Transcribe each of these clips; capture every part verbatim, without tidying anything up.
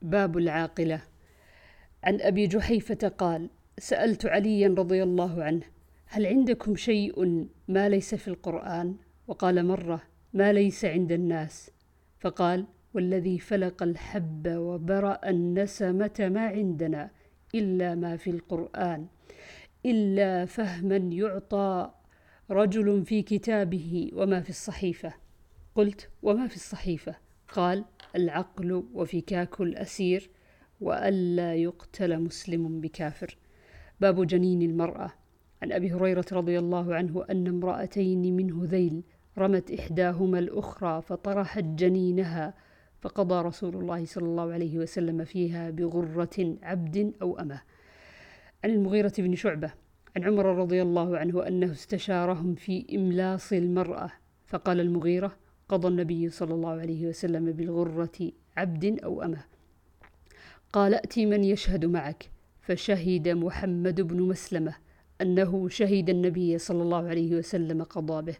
باب العاقلة. عن أبي جحيفة قال: سألت عليا رضي الله عنه: هل عندكم شيء ما ليس في القرآن؟ وقال مرة: ما ليس عند الناس. فقال: والذي فلق الحب وبرأ النسمة ما عندنا إلا ما في القرآن، إلا فهما يعطى رجل في كتابه وما في الصحيفة. قلت: وما في الصحيفة؟ قال: العقل وفكاك الأسير وألا يقتل مسلم بكافر. باب جنين المرأة. عن أبي هريرة رضي الله عنه أن امرأتين من هذيل رمت إحداهما الأخرى فطرحت جنينها، فقضى رسول الله صلى الله عليه وسلم فيها بغرة عبد أو أمة. عن المغيرة بن شعبة عن عمر رضي الله عنه أنه استشارهم في إملاص المرأة، فقال المغيرة: قضى النبي صلى الله عليه وسلم بالغرة عبد أو أمة. قال: أتي من يشهد معك، فشهد محمد بن مسلمة أنه شهد النبي صلى الله عليه وسلم قضى به.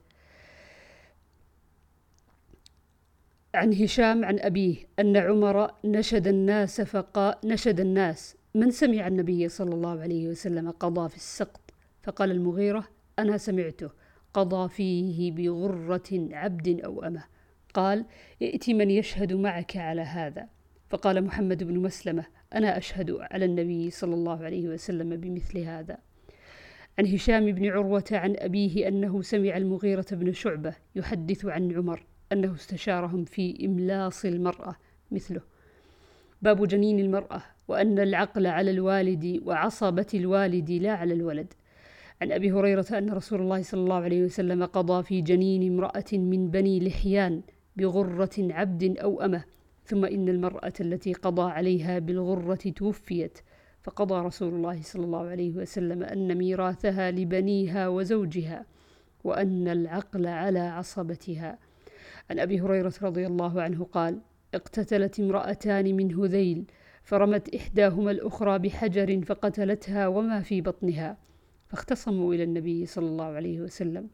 عن هشام عن أبيه أن عمر نشد الناس فقال نشد الناس: من سمع النبي صلى الله عليه وسلم قضى في السقط؟ فقال المغيرة: أنا سمعته قضى فيه بغرة عبد أو أمة. قال: ائت من يشهد معك على هذا. فقال محمد بن مسلمة: أنا أشهد على النبي صلى الله عليه وسلم بمثل هذا. عن هشام بن عروة عن أبيه أنه سمع المغيرة بن شعبة يحدث عن عمر أنه استشارهم في إملاص المرأة مثله. باب جنين المرأة، وأن العقل على الوالد وعصبة الوالد لا على الولد. عن أبي هريرة أن رسول الله صلى الله عليه وسلم قضى في جنين امرأة من بني لحيان بغرة عبد أو أمة، ثم إن المرأة التي قضى عليها بالغرة توفيت، فقضى رسول الله صلى الله عليه وسلم أن ميراثها لبنيها وزوجها، وأن العقل على عصبتها. عن أبي هريرة رضي الله عنه قال: اقتتلت امرأتان من هذيل، فرمت إحداهما الأخرى بحجر فقتلتها وما في بطنها، فاختصموا إلى النبي صلى الله عليه وسلم،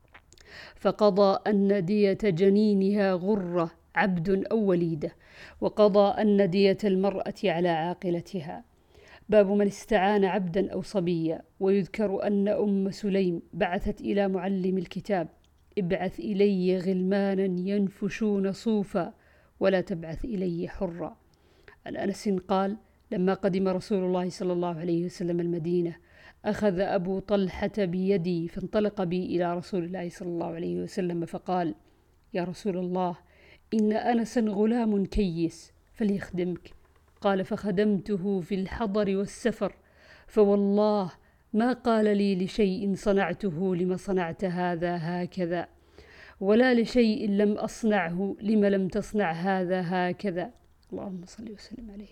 فقضى أن دية جنينها غرة عبد أو وليدة، وقضى أن دية المرأة على عاقلتها. باب من استعان عبدا أو صبيا. ويذكر أن أم سليم بعثت إلى معلم الكتاب: ابعث إلي غلمانا ينفشون صوفا ولا تبعث إلي حرا. عن أنس قال: لما قدم رسول الله صلى الله عليه وسلم المدينة، أخذ أبو طلحة بيدي فانطلق بي إلى رسول الله صلى الله عليه وسلم فقال: يا رسول الله، إن أنسا غلام كيس فليخدمك. قال: فخدمته في الحضر والسفر، فوالله ما قال لي لشيء صنعته لما صنعت هذا هكذا، ولا لشيء لم أصنعه لما لم تصنع هذا هكذا. اللهم صل وسلم عليه.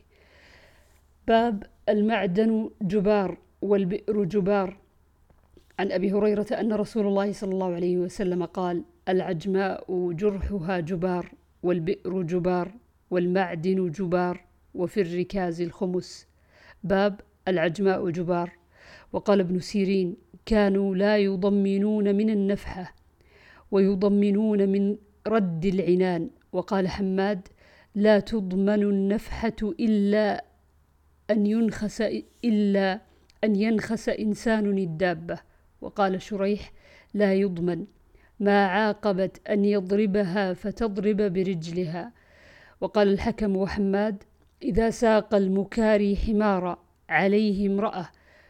باب المعدن جبار والبئر جبار. عن أبي هريرة أن رسول الله صلى الله عليه وسلم قال: العجماء جرحها جبار، والبئر جبار، والمعدن جبار، وفي الركاز الخمس. باب العجماء جبار. وقال ابن سيرين: كانوا لا يضمنون من النفحة ويضمنون من رد العنان. وقال حماد: لا تضمن النفحة إلا أن ينخس إلا أن ينخس إنسان الدابة. وقال شريح: لا يضمن ما عاقبت أن يضربها فتضرب برجلها. وقال الحكم وحماد: إذا ساق المكاري حمارا عليه امرأة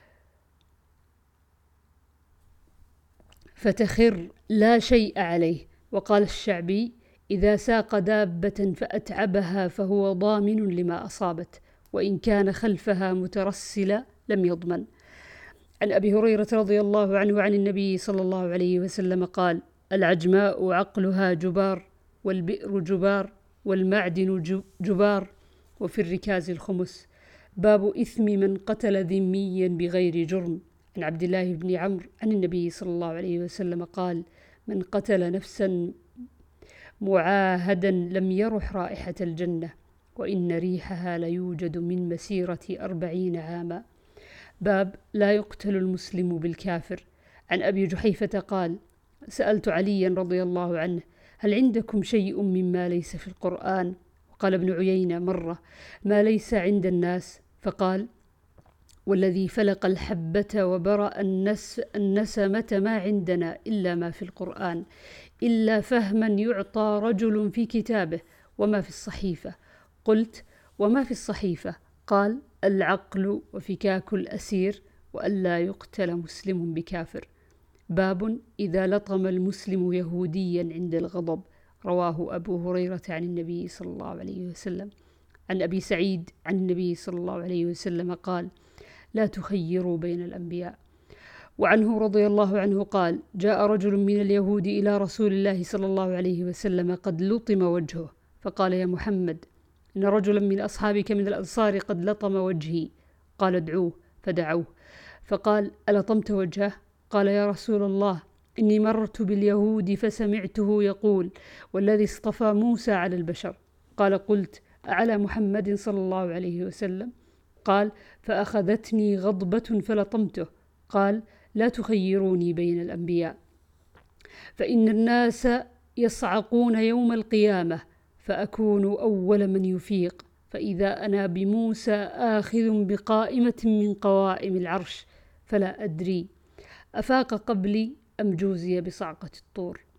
فتخر لا شيء عليه. وقال الشعبي: إذا ساق دابة فأتعبها فهو ضامن لما أصابت، وإن كان خلفها مترسلا لم يضمن. عن أبي هريرة رضي الله عنه عن النبي صلى الله عليه وسلم قال: العجماء عقلها جبار، والبئر جبار، والمعدن جبار، وفي الركاز الخمس. باب إثم من قتل ذميا بغير جرم. عن عبد الله بن عمرو عن النبي صلى الله عليه وسلم قال: من قتل نفسا معاهدا لم يرح رائحة الجنة، وإن ريحها ليوجد من مسيرة أربعين عاما. باب لا يقتل المسلم بالكافر. عن أبي جحيفة قال: سألت عليا رضي الله عنه: هل عندكم شيء مما ليس في القرآن؟ وقال ابن عيينة مرة: ما ليس عند الناس، فقال: والذي فلق الحبة وبرأ النس النسمة ما عندنا إلا ما في القرآن، إلا فهما يعطى رجل في كتابه، وما في الصحيفة. قلت: وما في الصحيفة؟ قال: العقل وفكاك الأسير وألا يقتل مسلم بكافر. باب إذا لطم المسلم يهوديا عند الغضب. رواه أبو هريرة عن النبي صلى الله عليه وسلم. عن أبي سعيد عن النبي صلى الله عليه وسلم قال: لا تخيروا بين الأنبياء. وعنه رضي الله عنه قال: جاء رجل من اليهود إلى رسول الله صلى الله عليه وسلم قد لطم وجهه، فقال: يا محمد، إن رجلا من أصحابك من الأنصار قد لطم وجهي. قال: ادعوه. فدعوه، فقال: ألطمت وجهه؟ قال: يا رسول الله، إني مررت باليهود فسمعته يقول: والذي اصطفى موسى على البشر. قال: قلت: أعلى محمد صلى الله عليه وسلم؟ قال: فأخذتني غضبة فلطمته. قال: لا تخيروني بين الأنبياء، فإن الناس يصعقون يوم القيامة فأكون أول من يفيق، فإذا أنا بموسى آخذ بقائمة من قوائم العرش، فلا أدري أفاق قبلي أم جوزي بصعقة الطور.